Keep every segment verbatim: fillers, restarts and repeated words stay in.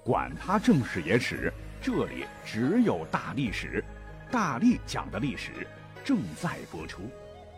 管他正史野史，这里只有大历史，大力讲的历史正在播出。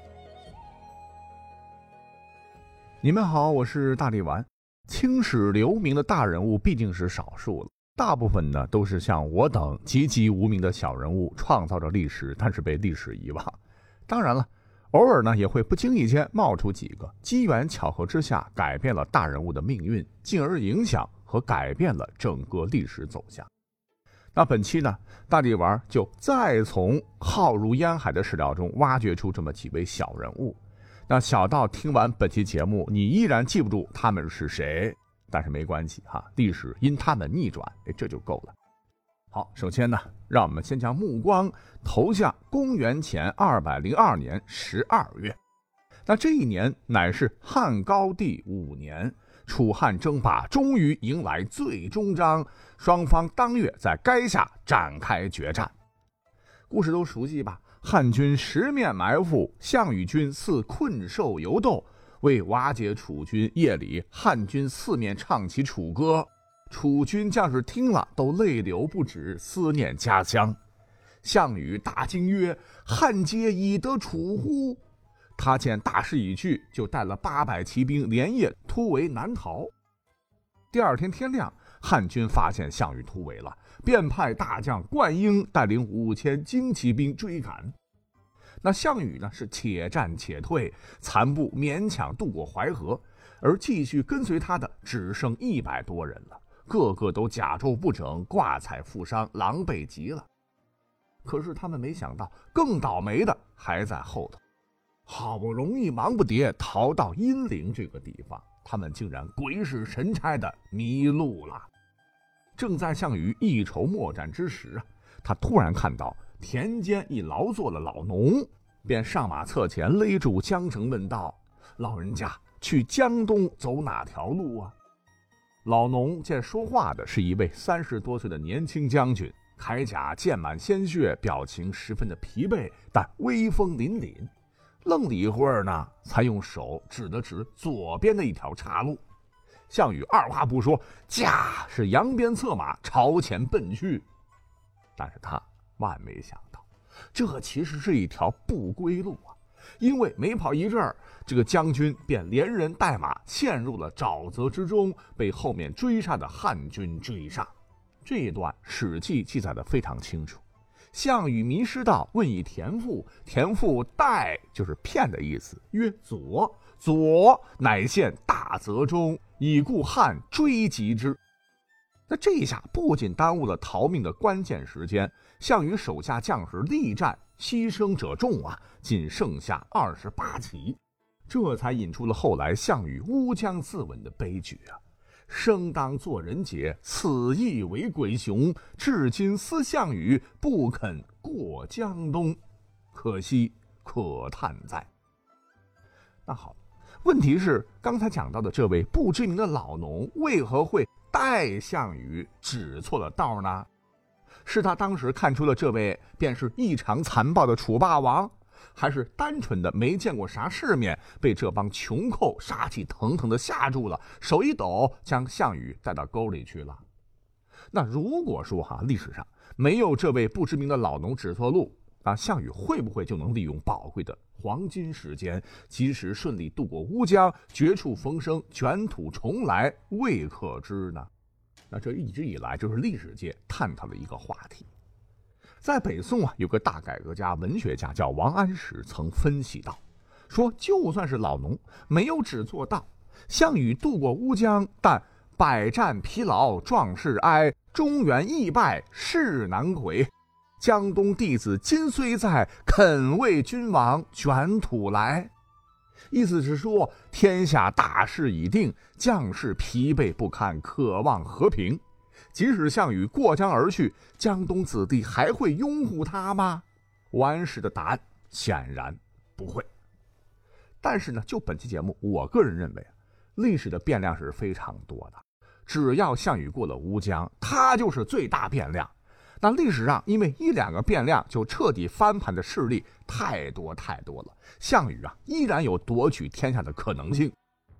你们好，我是大力丸。青史留名的大人物毕竟是少数了，大部分呢都是像我等籍籍无名的小人物，创造着历史，但是被历史遗忘。当然了，偶尔呢也会不经意间冒出几个机缘巧合之下改变了大人物的命运，进而影响和改变了整个历史走向。那本期呢，大力丸就再从浩如烟海的史料中挖掘出这么几位小人物。那小到听完本期节目你依然记不住他们是谁，但是没关系哈，历史因他们逆转，这就够了。好，首先呢，让我们先将目光投向公元前二百零二年十二月。那这一年乃是汉高帝五年，楚汉争霸终于迎来最终章，双方当月在垓下展开决战。故事都熟悉吧？汉军十面埋伏，项羽军似困兽犹斗，为瓦解楚军，夜里汉军四面唱起楚歌，楚军将士听了都泪流不止，思念家乡。项羽大惊曰：汉皆以得楚乎？他见大势已去，就带了八百骑兵连夜突围南逃。第二天天亮，汉军发现项羽突围了，便派大将灌婴带领五千精骑兵追赶。那项羽呢，是且战且退，残部勉强渡过淮河，而继续跟随他的只剩一百多人了，个个都甲胄不整，挂彩负伤，狼狈极了。可是他们没想到，更倒霉的还在后头。好不容易忙不迭逃到阴陵这个地方，他们竟然鬼使神差的迷路了。正在项羽一筹莫展之时啊，他突然看到田间一劳作的老农，便上马侧前勒住缰绳问道：老人家，去江东走哪条路啊？老农见说话的是一位三十多岁的年轻将军，铠甲溅满鲜血，表情十分的疲惫，但威风凛凛。愣了一会儿呢，才用手指了指左边的一条岔路。项羽二话不说，驾是扬鞭策马朝前奔去。但是他万没想到，这其实是一条不归路啊！因为没跑一阵儿，这个将军便连人带马陷入了沼泽之中，被后面追杀的汉军追上。这一段《史记》记载的非常清楚。项羽迷失道，问以田父，田父代就是骗的意思，曰左，左乃陷大泽中，已故汉追及之。那这一下不仅耽误了逃命的关键时间，项羽手下将士力战，牺牲者众啊，仅剩下二十八骑，这才引出了后来项羽乌江自刎的悲剧啊！生当作人杰，此亦为鬼雄。至今思项羽，不肯过江东，可惜可叹哉。那好，问题是刚才讲到的这位不知名的老农，为何会带项羽指错了道呢？是他当时看出了这位便是异常残暴的楚霸王，还是单纯的没见过啥世面，被这帮穷寇杀气腾腾的吓住了，手一抖将项羽带到沟里去了？那如果说哈历史上没有这位不知名的老农指错路，那项羽会不会就能利用宝贵的黄金时间，及时顺利渡过乌江，绝处逢生，卷土重来，未可知呢？那这一直以来就是历史界探讨的一个话题。在北宋啊，有个大改革家、文学家叫王安石，曾分析到，说就算是老农没有指错道，项羽渡过乌江，但百战疲劳，壮士哀，中原易败，势难回。江东弟子今虽在，肯为君王卷土来。意思是说，天下大势已定，将士疲惫不堪，渴望和平。即使项羽过江而去，江东子弟还会拥护他吗？王安石的答案显然不会。但是呢，就本期节目，我个人认为，历史的变量是非常多的。只要项羽过了乌江，他就是最大变量。那历史上因为一两个变量就彻底翻盘的事例太多太多了，项羽啊依然有夺取天下的可能性。可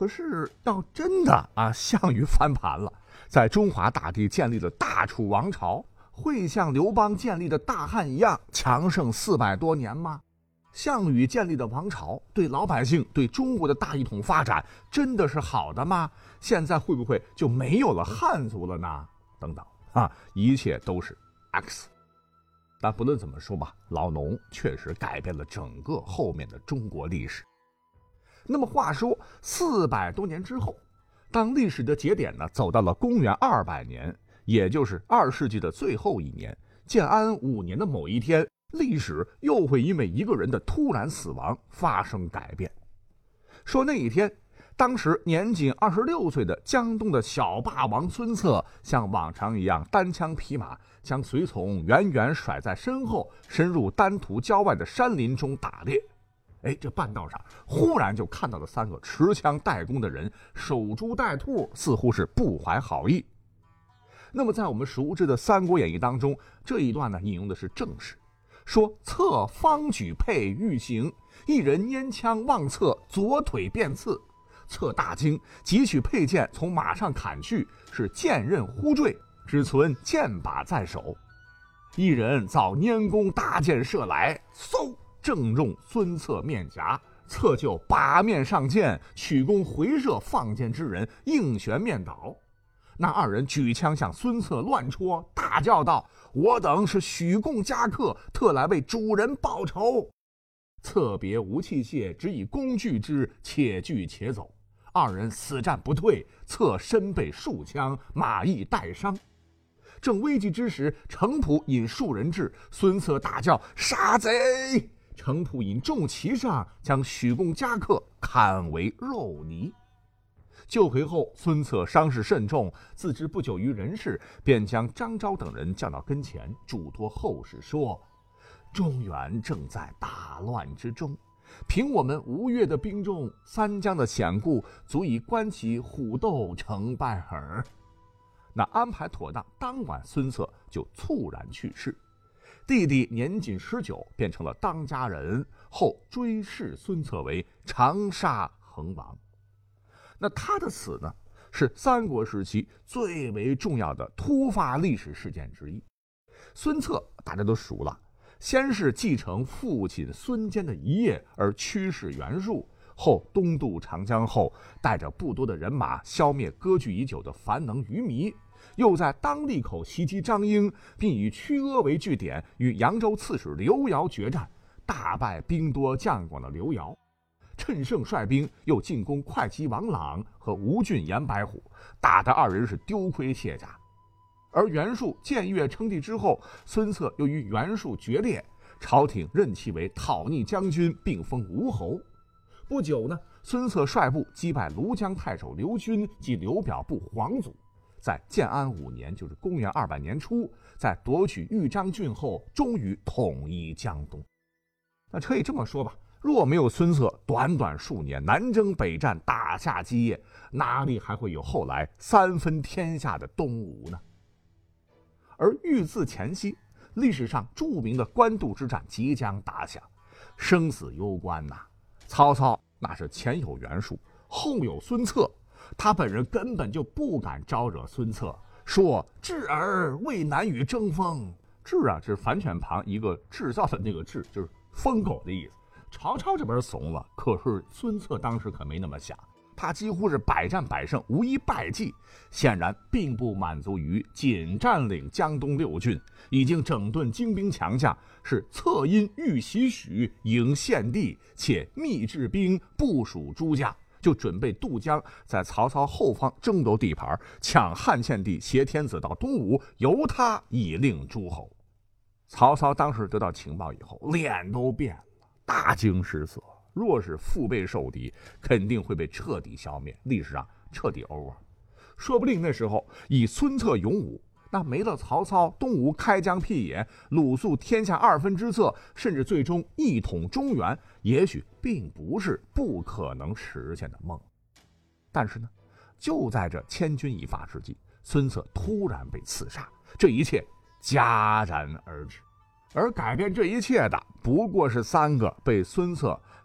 可是要真的啊，项羽翻盘了，在中华大地建立了大楚王朝，会像刘邦建立的大汉一样强盛四百多年吗？项羽建立的王朝对老百姓、对中国的大一统发展真的是好的吗？现在会不会就没有了汉族了呢？等等啊，一切都是 X。 但不论怎么说吧，老农确实改变了整个后面的中国历史。那么话说四百多年之后，当历史的节点呢走到了公元二百年，也就是二世纪的最后一年，建安五年的某一天，历史又会因为一个人的突然死亡发生改变。说那一天，当时年仅二十六岁的江东的小霸王孙策，像往常一样单枪匹马，将随从远远甩在身后，深入丹徒郊外的山林中打猎。哎，这半道上忽然就看到了三个持枪带弓的人，守株待兔，似乎是不怀好意。那么在我们熟知的《三国演义》当中，这一段呢引用的是正史，说策方举佩欲行，一人拈枪望策，左腿便刺。策大惊，急取佩剑从马上砍去，是剑刃忽坠，只存剑把在手。一人早拈弓搭箭射来，嗖，正中孙策面颊，策就拔面上箭，取弓回射放箭之人，应旋面倒。那二人举枪向孙策乱戳，大叫道：“我等是许贡家客，特来为主人报仇。”策别无器械，只以弓拒之，且拒且走。二人死战不退，策身被数枪，马亦带伤。正危急之时，程普引数人至，孙策大叫：“杀贼！”程普引众骑上，将许贡家客砍为肉泥。救回后，孙策伤势甚重，自知不久于人世，便将张昭等人叫到跟前，嘱托后事说：“中原正在大乱之中，凭我们吴越的兵众，三江的险固，足以观其虎斗成败耳。”那安排妥当，当晚孙策就猝然去世。弟弟年仅十九，变成了当家人，后追谥孙策为长沙恒王。那他的死呢，是三国时期最为重要的突发历史事件之一。孙策大家都熟了，先是继承父亲孙坚的遗业而驱使袁术，后东渡长江后，带着不多的人马消灭割据已久的樊能余糜，又在当利口袭击张英，并以曲阿为据点与扬州刺史刘繇决战，大败兵多将广的刘繇。趁胜率兵又进攻会稽王朗和吴郡严白虎，打得二人是丢盔卸甲。而袁术僭越称帝之后，孙策又与袁术决裂，朝廷任其为讨逆将军，并封吴侯。不久呢，孙策率部击败庐江太守刘勋及刘表部黄祖，在建安五年，就是公元二百年初，在夺取豫章郡后，终于统一江东。那可以这么说吧，若没有孙策短短数年南征北战，打下基业，哪里还会有后来三分天下的东吴呢？而遇刺前夕，历史上著名的官渡之战即将打响，生死攸关呐、啊。曹操那是前有袁术，后有孙策，他本人根本就不敢招惹孙策，说智儿为难与争锋。智啊，是反犬旁一个制造的那个智，就是疯狗的意思。曹操这边怂了，可是孙策当时可没那么想，他几乎是百战百胜，无一败绩，显然并不满足于仅占领江东六郡，已经整顿精兵强将，是策因欲袭许，迎献帝，且密制兵，部署诸将，就准备渡江，在曹操后方争夺地盘，抢汉献帝挟天子到东吴，由他以令诸侯。曹操当时得到情报以后，脸都变了，大惊失色。若是腹背受敌，肯定会被彻底消灭，历史上彻底 over。 说不定那时候以孙策勇武，那没了曹操，东吴开疆辟野，鲁肃天下二分之策，甚至最终一统中原，也许并不是不可能实现的梦。但是呢，就在这千钧一发之际，孙策突然被刺杀，这一切戛然而止。而改变这一切的，不过是三个被孙策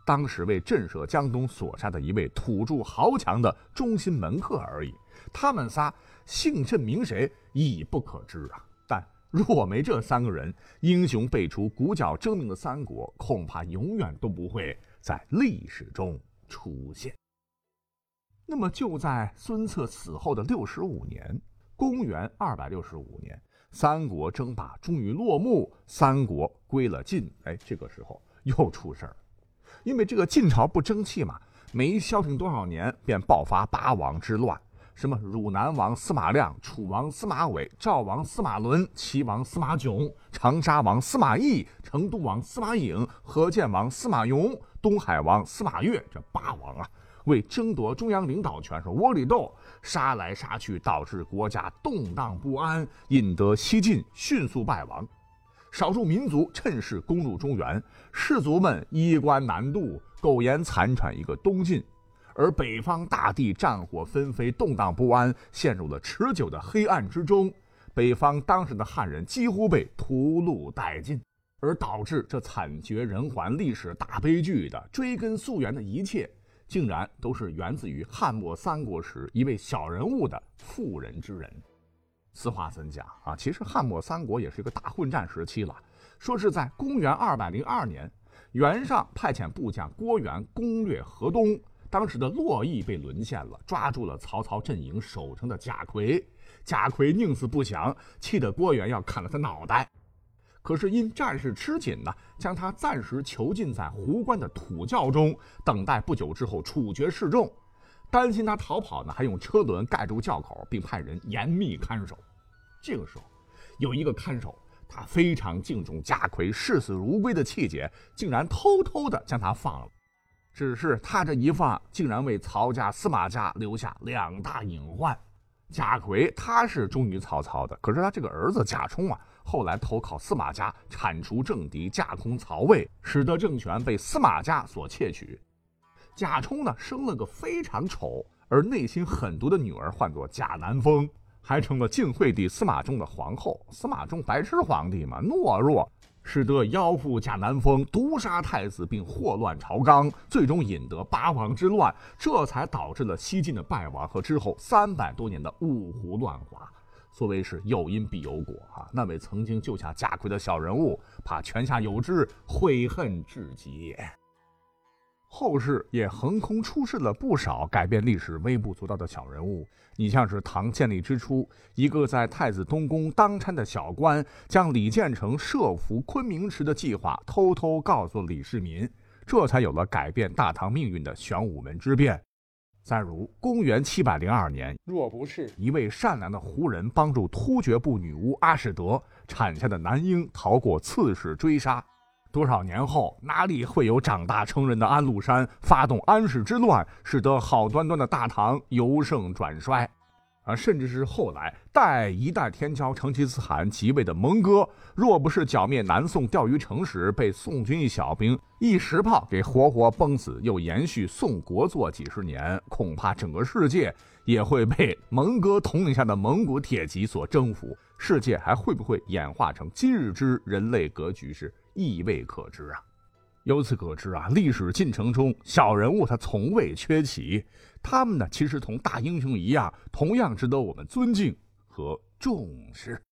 当时为震慑江东所杀的一位土著豪强的忠心门客而已。他们仨姓甚名谁已不可知啊。但若没这三个人，英雄辈出、鼓角争鸣的三国，恐怕永远都不会在历史中出现。那么就在孙策死后的六十五年，公元二百六十五年，三国争霸终于落幕，三国归了晋。哎，这个时候又出事儿，因为这个晋朝不争气嘛，没消停多少年，便爆发八王之乱。什么汝南王司马亮、楚王司马玮、赵王司马伦、齐王司马囧、长沙王司马懿、成都王司马颖、河间王司马颙、东海王司马越，这八王啊，为争夺中央领导权是窝里斗，杀来杀去，导致国家动荡不安，引得西晋迅速败亡。少数民族趁势攻入中原，士族们衣冠南渡，苟延残喘一个东晋。而北方大地战火纷飞，动荡不安，陷入了持久的黑暗之中。北方当时的汉人几乎被屠戮殆尽，而导致这惨绝人寰历史大悲剧的追根溯源的一切，竟然都是源自于汉末三国时一位小人物的妇人之仁。此话怎讲啊？其实汉末三国也是一个大混战时期了。说是在公元二百零二年，袁尚派遣部将郭元攻略河东。当时的洛邑被沦陷了，抓住了曹操阵营守城的贾逵。贾逵宁死不降，气得郭元要砍了他脑袋。可是因战事吃紧呢，将他暂时囚禁在壶关的土窖中，等待不久之后处决示众。担心他逃跑呢，还用车轮盖住窖口，并派人严密看守。这个时候，有一个看守，他非常敬重贾逵视死如归的气节，竟然偷偷的将他放了。只是他这一放，竟然为曹家、司马家留下两大隐患。贾逵他是忠于曹操的，可是他这个儿子贾充啊，后来投靠司马家，铲除政敌，架空曹魏，使得政权被司马家所窃取。贾充呢，生了个非常丑而内心狠毒的女儿，唤作贾南风，还成了晋惠帝司马衷的皇后。司马衷白痴皇帝嘛，懦弱，使得妖妇贾南风毒杀太子，并祸乱朝纲，最终引得八王之乱，这才导致了西晋的败亡和之后三百多年的五胡乱华。所谓是有因必有果啊！那位曾经救下贾逵的小人物，怕泉下有知，悔恨至极也。后世也横空出世了不少改变历史微不足道的小人物。你像是唐建立之初，一个在太子东宫当差的小官，将李建成设伏昆明池的计划偷偷告诉李世民，这才有了改变大唐命运的玄武门之变。再如公元七百零二年，若不是一位善良的胡人帮助突厥部女巫阿史德产下的男婴逃过刺史追杀，多少年后，哪里会有长大成人的安禄山发动安史之乱，使得好端端的大唐由盛转衰？啊，甚至是后来代一代天骄成吉思汗即位的蒙哥，若不是剿灭南宋钓鱼城时被宋军一小兵一石炮给活活崩死，又延续宋国祚几十年，恐怕整个世界也会被蒙哥统领下的蒙古铁骑所征服。世界还会不会演化成今日之人类格局，是亦未可知啊！由此可知啊，历史进程中小人物他从未缺席，他们呢其实同大英雄一样，同样值得我们尊敬和重视。